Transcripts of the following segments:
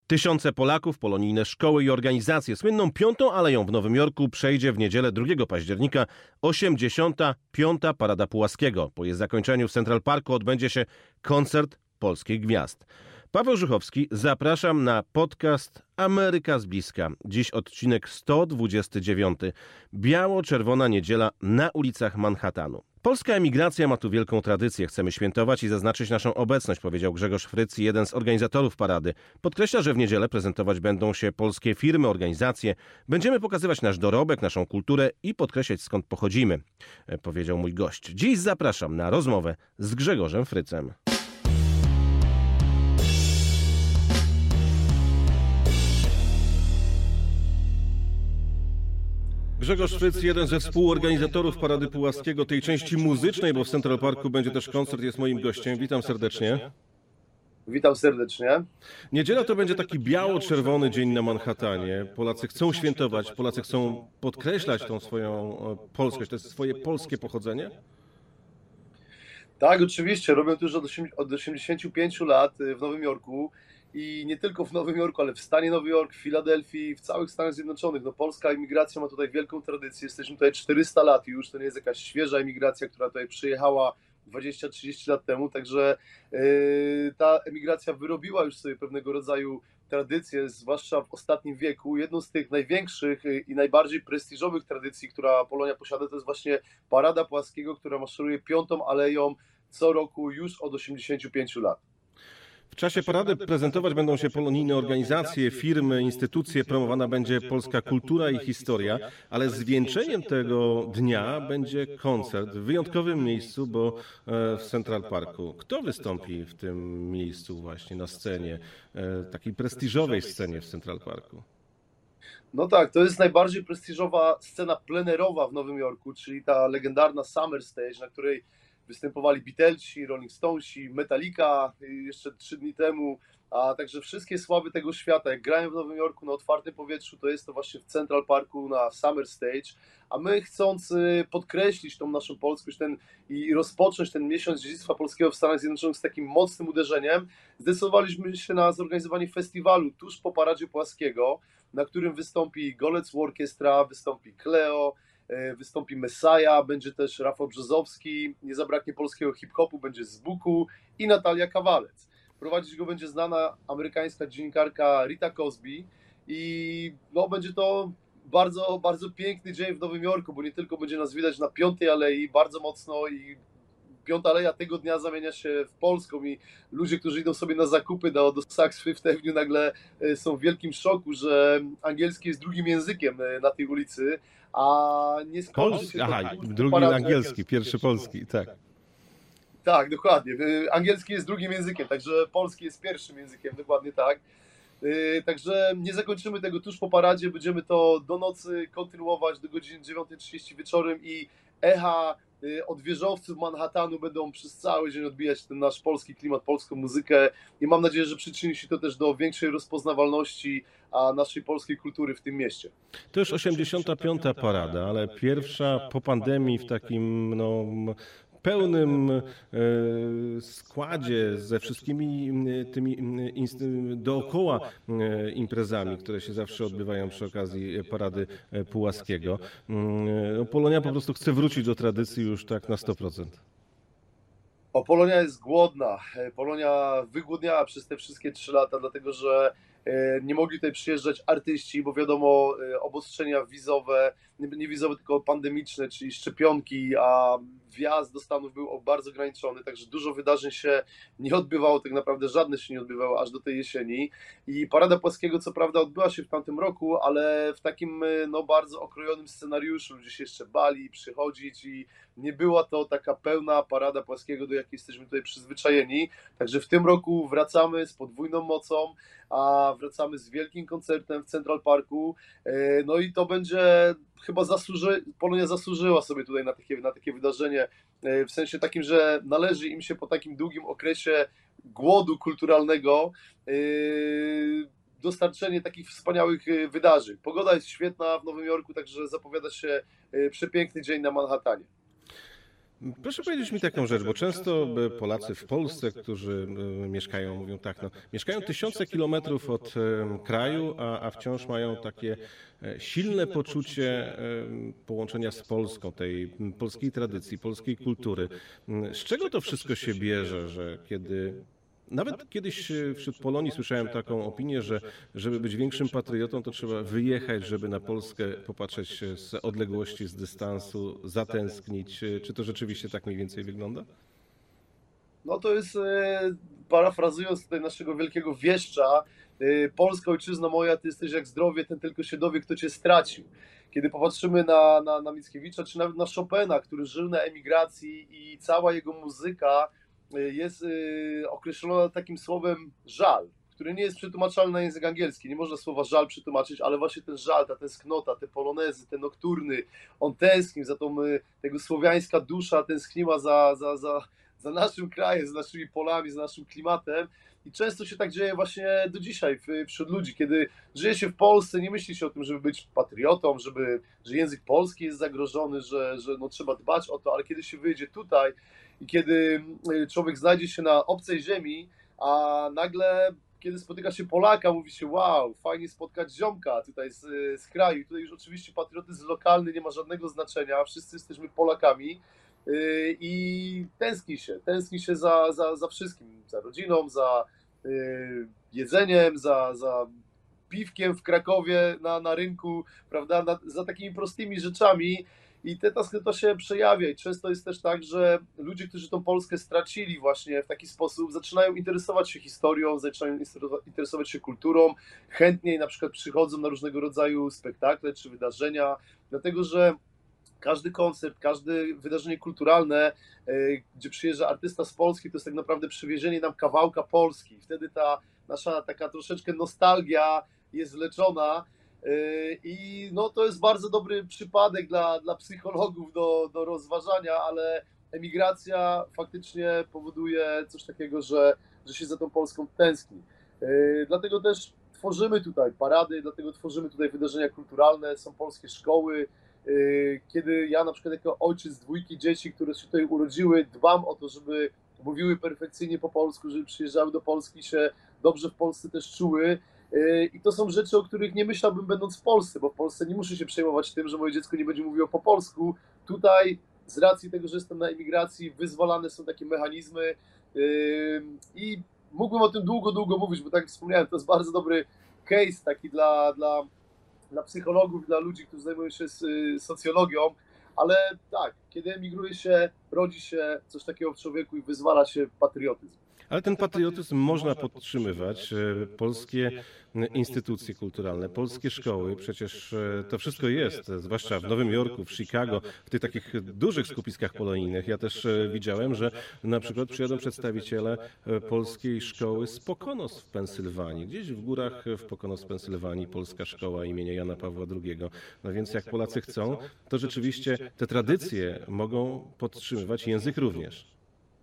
Tysiące Polaków, polonijne szkoły i organizacje. Słynną Piątą Aleją w Nowym Jorku przejdzie w niedzielę 2 października 85. Parada Pułaskiego. Po jej zakończeniu w Central Parku odbędzie się koncert polskich gwiazd. Paweł Żuchowski, zapraszam na podcast Ameryka z bliska. Dziś odcinek 129. Biało-czerwona niedziela na ulicach Manhattanu. Polska emigracja ma tu wielką tradycję. Chcemy świętować i zaznaczyć naszą obecność, powiedział Grzegorz Fryc, jeden z organizatorów parady. Podkreśla, że w niedzielę prezentować będą się polskie firmy, organizacje. Będziemy pokazywać nasz dorobek, naszą kulturę i podkreślać, skąd pochodzimy, powiedział mój gość. Dziś zapraszam na rozmowę z Grzegorzem Frycem. Grzegorz Fryc, jeden ze współorganizatorów Parady Pułaskiego, tej części muzycznej, bo w Central Parku będzie też koncert, jest moim gościem. Witam serdecznie. Witam serdecznie. Niedziela to będzie taki biało-czerwony dzień na Manhattanie. Polacy chcą świętować, Polacy chcą podkreślać tą swoją polskość, to jest swoje polskie pochodzenie? Tak, oczywiście. Robię to już od 85 lat w Nowym Jorku. I nie tylko w Nowym Jorku, ale w stanie Nowy Jork, w Filadelfii, w całych Stanach Zjednoczonych. No, polska emigracja ma tutaj wielką tradycję. Jesteśmy tutaj 400 lat już. To nie jest jakaś świeża emigracja, która tutaj przyjechała 20-30 lat temu. Także ta emigracja wyrobiła już sobie pewnego rodzaju tradycję, zwłaszcza w ostatnim wieku. Jedną z tych największych i najbardziej prestiżowych tradycji, która Polonia posiada, to jest właśnie Parada Pułaskiego, która maszeruje Piątą Aleją co roku już od 85 lat. W czasie parady prezentować będą się polonijne organizacje, firmy, instytucje, promowana będzie polska kultura i historia, ale zwieńczeniem tego dnia będzie koncert w wyjątkowym miejscu, bo w Central Parku. Kto wystąpi w tym miejscu właśnie na scenie, takiej prestiżowej scenie w Central Parku? No tak, to jest najbardziej prestiżowa scena plenerowa w Nowym Jorku, czyli ta legendarna Summer Stage, na której występowali Beatlesi, Rolling Stonesi, Metallica jeszcze 3 dni temu, a także wszystkie sławy tego świata. Jak grają w Nowym Jorku na otwartym powietrzu, to jest to właśnie w Central Parku na Summer Stage, a my, chcąc podkreślić tą naszą polskość i rozpocząć ten miesiąc dziedzictwa polskiego w Stanach Zjednoczonych z takim mocnym uderzeniem, zdecydowaliśmy się na zorganizowanie festiwalu tuż po Paradzie Pułaskiego, na którym wystąpi Golec Orkiestra, wystąpi Cleo, wystąpi Messiah, będzie też Rafał Brzozowski, nie zabraknie polskiego hip-hopu, będzie Zbuku i Natalia Kawalec. Prowadzić go będzie znana amerykańska dziennikarka Rita Cosby i no, będzie to bardzo, bardzo piękny dzień w Nowym Jorku, bo nie tylko będzie nas widać na Piątej Alei bardzo mocno i Piąta Aleja tego dnia zamienia się w polską i ludzie, którzy idą sobie na zakupy do Saks Fifth Avenue, nagle są w wielkim szoku, że angielski jest drugim językiem na tej ulicy, a nie skończy się to... Aha, drugi angielski, pierwszy polski, tak. Tak, dokładnie. Angielski jest drugim językiem, także polski jest pierwszym językiem, dokładnie tak. Także nie zakończymy tego tuż po paradzie, będziemy to do nocy kontynuować do godziny 9:30 wieczorem i echa od wieżowców Manhattanu będą przez cały dzień odbijać ten nasz polski klimat, polską muzykę i mam nadzieję, że przyczyni się to też do większej rozpoznawalności naszej polskiej kultury w tym mieście. To już 85. parada, ale pierwsza po pandemii w takim pełnym składzie ze wszystkimi tymi dookoła imprezami, które się zawsze odbywają przy okazji Parady Pułaskiego. Polonia po prostu chce wrócić do tradycji już tak na 100%. Polonia jest głodna. Polonia wygłodniała przez te wszystkie 3 lata, dlatego że nie mogli tutaj przyjeżdżać artyści, bo wiadomo, obostrzenia wizowe, nie wizowe, tylko pandemiczne, czyli szczepionki, a wjazd do Stanów był bardzo ograniczony, także dużo wydarzeń się nie odbywało, tak naprawdę żadne się nie odbywało aż do tej jesieni. I Parada Pułaskiego co prawda odbyła się w tamtym roku, ale w takim bardzo okrojonym scenariuszu, ludzie się jeszcze bali przychodzić i nie była to taka pełna Parada Pułaskiego, do jakiej jesteśmy tutaj przyzwyczajeni. Także w tym roku wracamy z podwójną mocą, a wracamy z wielkim koncertem w Central Parku. No i to będzie chyba Polonia zasłużyła sobie tutaj na takie wydarzenie, w sensie takim, że należy im się po takim długim okresie głodu kulturalnego dostarczenie takich wspaniałych wydarzeń. Pogoda jest świetna w Nowym Jorku, także zapowiada się przepiękny dzień na Manhattanie. Proszę powiedzieć mi taką rzecz, bo często Polacy w Polsce, którzy mieszkają, mówią tak, no, mieszkają tysiące kilometrów od kraju, a wciąż mają takie silne poczucie połączenia z Polską, tej polskiej tradycji, polskiej kultury. Z czego to wszystko się bierze, że kiedy nawet kiedyś wśród Polonii słyszałem taką opinię, że żeby być większym patriotą, to trzeba wyjechać, żeby na Polskę popatrzeć z odległości, z dystansu, zatęsknić. Czy to rzeczywiście tak mniej więcej wygląda? No to jest, parafrazując tutaj naszego wielkiego wieszcza, Polska ojczyzno moja, ty jesteś jak zdrowie, ten tylko się dowie, kto cię stracił. Kiedy popatrzymy na Mickiewicza, czy nawet na Chopina, który żył na emigracji i cała jego muzyka jest określona takim słowem żal, który nie jest przetłumaczalny na język angielski. Nie można słowa żal przetłumaczyć, ale właśnie ten żal, ta tęsknota, te polonezy, te nokturny, on tęsknił za tą, tego słowiańska dusza tęskniła za naszym krajem, za naszymi polami, za naszym klimatem. I często się tak dzieje właśnie do dzisiaj wśród ludzi, kiedy żyje się w Polsce, nie myśli się o tym, żeby być patriotą, że język polski jest zagrożony, że no, trzeba dbać o to, ale kiedy się wyjedzie tutaj i kiedy człowiek znajdzie się na obcej ziemi, a nagle kiedy spotyka się Polaka, mówi się wow, fajnie spotkać ziomka tutaj z kraju. Tutaj już oczywiście patriotyzm lokalny nie ma żadnego znaczenia, wszyscy jesteśmy Polakami. I tęskni się za wszystkim, za rodziną, za jedzeniem, za piwkiem w Krakowie na rynku, prawda, za takimi prostymi rzeczami i ta tęsknota się przejawia i często jest też tak, że ludzie, którzy tą Polskę stracili właśnie w taki sposób, zaczynają interesować się historią, zaczynają interesować się kulturą, chętniej na przykład przychodzą na różnego rodzaju spektakle czy wydarzenia, dlatego że każdy koncert, każde wydarzenie kulturalne, gdzie przyjeżdża artysta z Polski, to jest tak naprawdę przywiezienie nam kawałka Polski. Wtedy ta nasza taka troszeczkę nostalgia jest wleczona i no, to jest bardzo dobry przypadek dla psychologów do rozważania, ale emigracja faktycznie powoduje coś takiego, że się za tą Polską tęskni. Dlatego też tworzymy tutaj parady, dlatego tworzymy tutaj wydarzenia kulturalne, są polskie szkoły, kiedy ja na przykład jako ojciec dwójki dzieci, które się tutaj urodziły, dbam o to, żeby mówiły perfekcyjnie po polsku, żeby przyjeżdżały do Polski, się dobrze w Polsce też czuły. I to są rzeczy, o których nie myślałbym będąc w Polsce, bo w Polsce nie muszę się przejmować tym, że moje dziecko nie będzie mówiło po polsku. Tutaj z racji tego, że jestem na emigracji, wyzwalane są takie mechanizmy i mógłbym o tym długo mówić, bo tak jak wspomniałem, to jest bardzo dobry case taki dla psychologów, dla ludzi, którzy zajmują się socjologią, ale tak, kiedy emigruje się, rodzi się coś takiego w człowieku i wyzwala się patriotyzm. Ale ten patriotyzm można podtrzymywać. Polskie instytucje kulturalne, polskie szkoły, przecież to wszystko jest, zwłaszcza w Nowym Jorku, w Chicago, w tych takich dużych skupiskach polonijnych. Ja też widziałem, że na przykład przyjadą przedstawiciele polskiej szkoły z Poconos w Pensylwanii. Gdzieś w górach w Poconos w Pensylwanii polska szkoła imienia Jana Pawła II. No więc jak Polacy chcą, to rzeczywiście te tradycje mogą podtrzymywać, język również.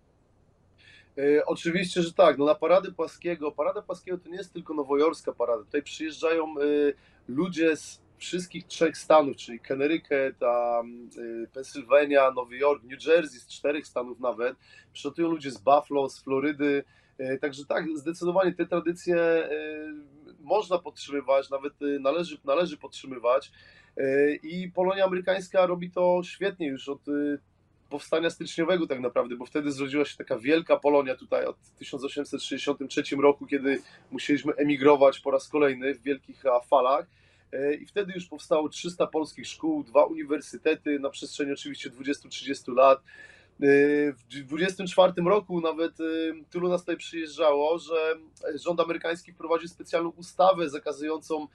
Oczywiście, że tak. No na Parada Płaskiego to nie jest tylko nowojorska parada. Tutaj przyjeżdżają ludzie z wszystkich trzech stanów, czyli Connecticut, Pennsylvania, Nowy Jork, New Jersey, z czterech stanów nawet. Przylatują ludzie z Buffalo, z Florydy. Także tak, zdecydowanie te tradycje można podtrzymywać, nawet należy podtrzymywać. I Polonia amerykańska robi to świetnie już od powstania styczniowego tak naprawdę, bo wtedy zrodziła się taka wielka Polonia tutaj od 1863 roku, kiedy musieliśmy emigrować po raz kolejny w wielkich falach i wtedy już powstało 300 polskich szkół, 2 uniwersytety na przestrzeni oczywiście 20-30 lat. W 24 roku nawet tylu nas tutaj przyjeżdżało, że rząd amerykański wprowadził specjalną ustawę zakazującą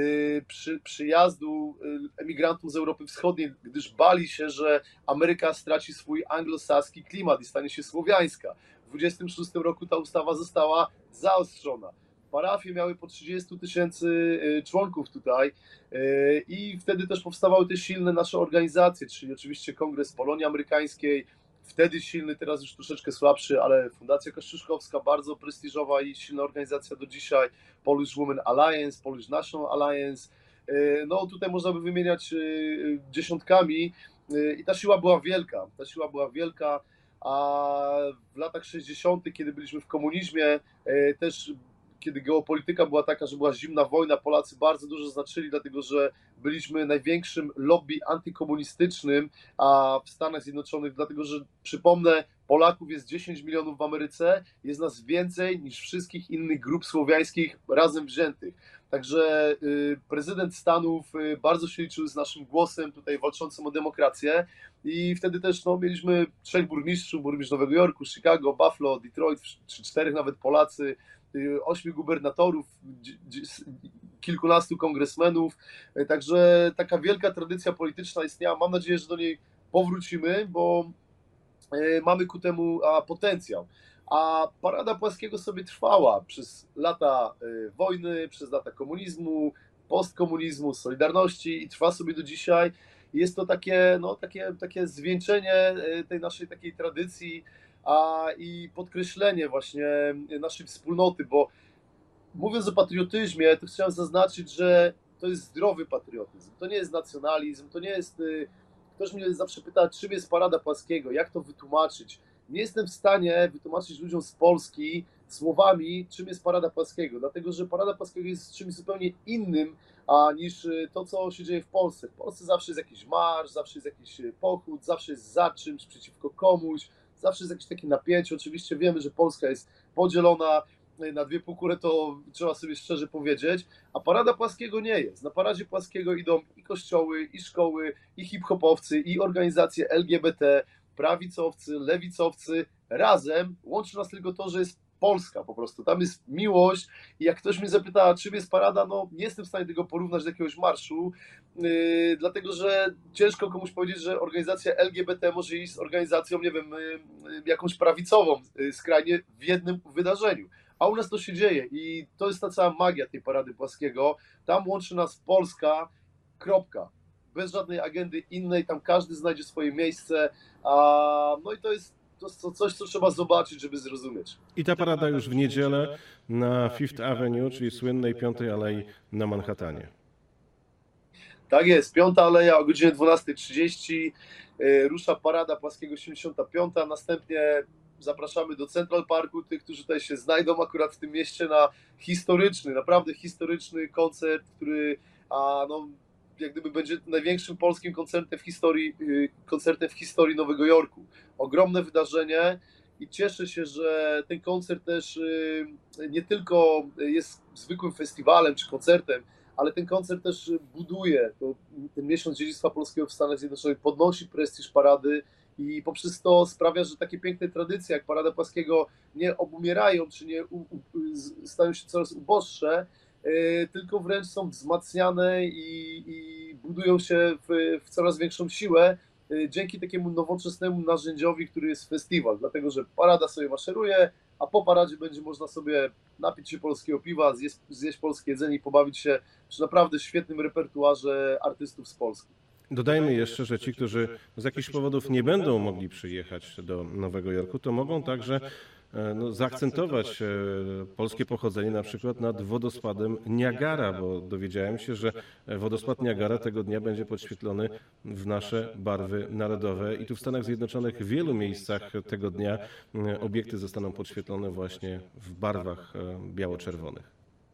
przyjazdu emigrantów z Europy Wschodniej, gdyż bali się, że Ameryka straci swój anglosaski klimat i stanie się słowiańska. W 26 roku ta ustawa została zaostrzona. Parafie miały po 30 000 członków tutaj i wtedy też powstawały te silne nasze organizacje, czyli oczywiście Kongres Polonii Amerykańskiej, wtedy silny, teraz już troszeczkę słabszy, ale Fundacja Kościuszkowska, bardzo prestiżowa i silna organizacja do dzisiaj, Polish Women Alliance, Polish National Alliance. No tutaj można by wymieniać dziesiątkami i ta siła była wielka, a w latach 60., kiedy byliśmy w komunizmie, też kiedy geopolityka była taka, że była zimna wojna, Polacy bardzo dużo znaczyli, dlatego że byliśmy największym lobby antykomunistycznym w Stanach Zjednoczonych, dlatego że przypomnę, Polaków jest 10 milionów w Ameryce, jest nas więcej niż wszystkich innych grup słowiańskich razem wziętych. Także prezydent Stanów bardzo się liczył z naszym głosem tutaj walczącym o demokrację i wtedy też mieliśmy 3 burmistrzów, burmistrz Nowego Jorku, Chicago, Buffalo, Detroit, 3-4 nawet Polacy, 8 gubernatorów, kilkunastu kongresmenów, także taka wielka tradycja polityczna istniała. Mam nadzieję, że do niej powrócimy, bo mamy ku temu potencjał. A Parada Płaskiego sobie trwała przez lata wojny, przez lata komunizmu, postkomunizmu, Solidarności i trwa sobie do dzisiaj. Jest to takie zwieńczenie tej naszej takiej tradycji i podkreślenie właśnie naszej wspólnoty, bo mówiąc o patriotyzmie, to chciałem zaznaczyć, że to jest zdrowy patriotyzm, to nie jest nacjonalizm, to nie jest... Ktoś mnie zawsze pyta, czym jest Parada Płaskiego, jak to wytłumaczyć. Nie jestem w stanie wytłumaczyć ludziom z Polski słowami, czym jest Parada Płaskiego, dlatego że Parada Płaskiego jest czymś zupełnie innym niż to, co się dzieje w Polsce. W Polsce zawsze jest jakiś marsz, zawsze jest jakiś pochód, zawsze jest za czymś, przeciwko komuś, zawsze jest jakieś takie napięcie. Oczywiście wiemy, że Polska jest podzielona na dwie półkule, to trzeba sobie szczerze powiedzieć, a Parada Płaskiego nie jest. Na Paradzie Płaskiego idą i kościoły, i szkoły, i hip-hopowcy, i organizacje LGBT, prawicowcy, lewicowcy, razem. Łączy nas tylko to, że jest Polska po prostu, tam jest miłość i jak ktoś mnie zapyta, czym jest Parada, nie jestem w stanie tego porównać do jakiegoś marszu, dlatego że ciężko komuś powiedzieć, że organizacja LGBT może iść z organizacją, nie wiem, jakąś prawicową, skrajnie w jednym wydarzeniu. A u nas to się dzieje i to jest ta cała magia tej Parady Płaskiego. Tam łączy nas Polska, kropka. Bez żadnej agendy innej, tam każdy znajdzie swoje miejsce. No i to jest coś, co trzeba zobaczyć, żeby zrozumieć. I ta parada już w niedzielę na Fifth Avenue, czyli słynnej 5. Alei na Manhattanie. Tak jest, 5. Aleja o godzinie 12:30 rusza Parada Płaskiego 75. Następnie zapraszamy do Central Parku tych, którzy tutaj się znajdą akurat w tym mieście na historyczny, naprawdę historyczny koncert, który jak gdyby będzie największym polskim koncertem w historii Nowego Jorku. Ogromne wydarzenie i cieszę się, że ten koncert też nie tylko jest zwykłym festiwalem czy koncertem, ale ten koncert też buduje ten miesiąc dziedzictwa polskiego w Stanach Zjednoczonych, podnosi prestiż parady i poprzez to sprawia, że takie piękne tradycje jak Parada Płaskiego nie obumierają, czy nie stają się coraz uboższe, tylko wręcz są wzmacniane i budują się w coraz większą siłę dzięki takiemu nowoczesnemu narzędziowi, który jest festiwal, dlatego że parada sobie maszeruje, a po paradzie będzie można sobie napić się polskiego piwa, zjeść polskie jedzenie i pobawić się przy naprawdę świetnym repertuarze artystów z Polski. Dodajmy jeszcze, że ci, którzy z jakichś powodów nie będą mogli przyjechać do Nowego Jorku, to mogą także zaakcentować polskie pochodzenie na przykład nad wodospadem Niagara, bo dowiedziałem się, że wodospad Niagara tego dnia będzie podświetlony w nasze barwy narodowe i tu w Stanach Zjednoczonych w wielu miejscach tego dnia obiekty zostaną podświetlone właśnie w barwach biało-czerwonych.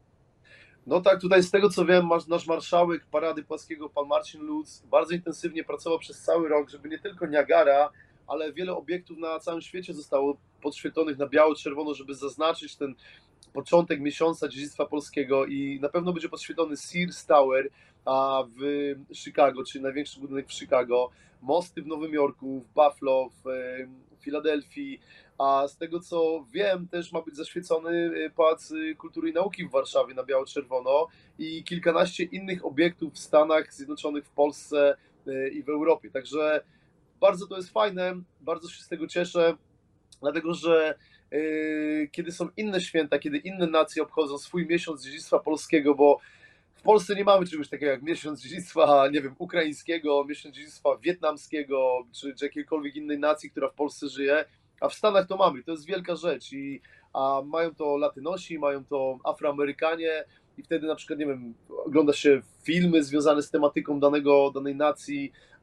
No tak, tutaj z tego co wiem, nasz marszałek Parady Płaskiego, pan Marcin Lutz, bardzo intensywnie pracował przez cały rok, żeby nie tylko Niagara, ale wiele obiektów na całym świecie zostało podświetlonych na biało-czerwono, żeby zaznaczyć ten początek miesiąca dziedzictwa polskiego i na pewno będzie podświetlony Sears Tower w Chicago, czyli największy budynek w Chicago, mosty w Nowym Jorku, w Buffalo, w Filadelfii, a z tego co wiem też ma być zaświecony Pałac Kultury i Nauki w Warszawie na biało-czerwono i kilkanaście innych obiektów w Stanach Zjednoczonych, w Polsce i w Europie, także bardzo to jest fajne, bardzo się z tego cieszę, dlatego że kiedy są inne święta, kiedy inne nacje obchodzą swój miesiąc dziedzictwa polskiego, bo w Polsce nie mamy czegoś takiego jak miesiąc dziedzictwa, nie wiem, ukraińskiego, miesiąc dziedzictwa wietnamskiego, czy jakiejkolwiek innej nacji, która w Polsce żyje, a w Stanach to mamy, to jest wielka rzecz a mają to Latynosi, mają to Afroamerykanie i wtedy na przykład, nie wiem, ogląda się filmy związane z tematyką danej nacji,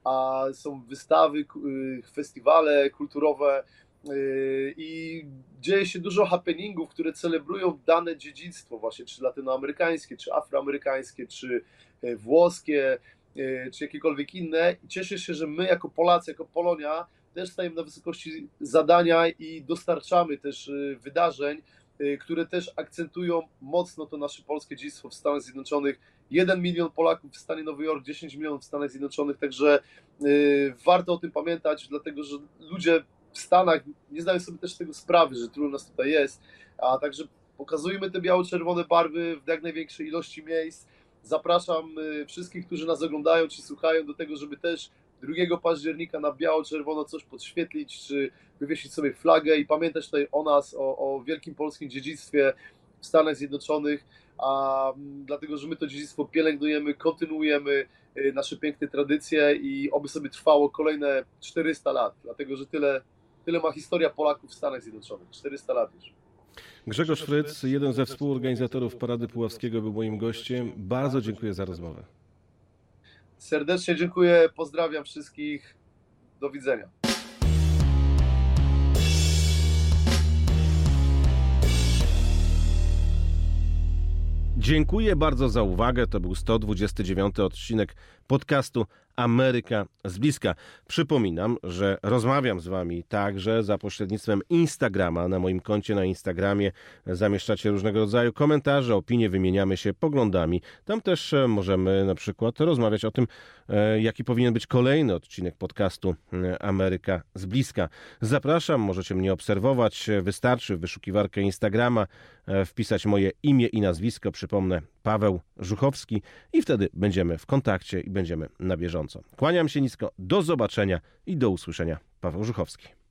a są wystawy, festiwale kulturowe i dzieje się dużo happeningów, które celebrują dane dziedzictwo właśnie, czy latynoamerykańskie, czy afroamerykańskie, czy włoskie, czy jakiekolwiek inne. I cieszę się, że my jako Polacy, jako Polonia też stajemy na wysokości zadania i dostarczamy też wydarzeń, które też akcentują mocno to nasze polskie dziedzictwo w Stanach Zjednoczonych. 1 milion Polaków w stanie Nowy Jork, 10 milionów w Stanach Zjednoczonych, także warto o tym pamiętać, dlatego że ludzie w Stanach nie zdają sobie też tego sprawy, że tylu nas tutaj jest, a także pokazujmy te biało-czerwone barwy w jak największej ilości miejsc. Zapraszam wszystkich, którzy nas oglądają czy słuchają, do tego, żeby też 2 października na biało-czerwono coś podświetlić, czy wywiesić sobie flagę i pamiętać tutaj o nas, o wielkim polskim dziedzictwie w Stanach Zjednoczonych, dlatego, że my to dziedzictwo pielęgnujemy, kontynuujemy nasze piękne tradycje i oby sobie trwało kolejne 400 lat, dlatego, że tyle ma historia Polaków w Stanach Zjednoczonych, 400 lat już. Grzegorz Fryc, jeden ze współorganizatorów Parady Puławskiego, był moim gościem. Bardzo dziękuję za rozmowę. Serdecznie dziękuję, pozdrawiam wszystkich, do widzenia. Dziękuję bardzo za uwagę. To był 129 odcinek podcastu Ameryka z bliska. Przypominam, że rozmawiam z Wami także za pośrednictwem Instagrama. Na moim koncie na Instagramie zamieszczacie różnego rodzaju komentarze, opinie, wymieniamy się poglądami. Tam też możemy na przykład rozmawiać o tym, jaki powinien być kolejny odcinek podcastu Ameryka z bliska. Zapraszam, możecie mnie obserwować. Wystarczy w wyszukiwarkę Instagrama wpisać moje imię i nazwisko. Przypomnę, Paweł Żuchowski, i wtedy będziemy w kontakcie i będziemy na bieżąco. Kłaniam się nisko, do zobaczenia i do usłyszenia. Paweł Żuchowski.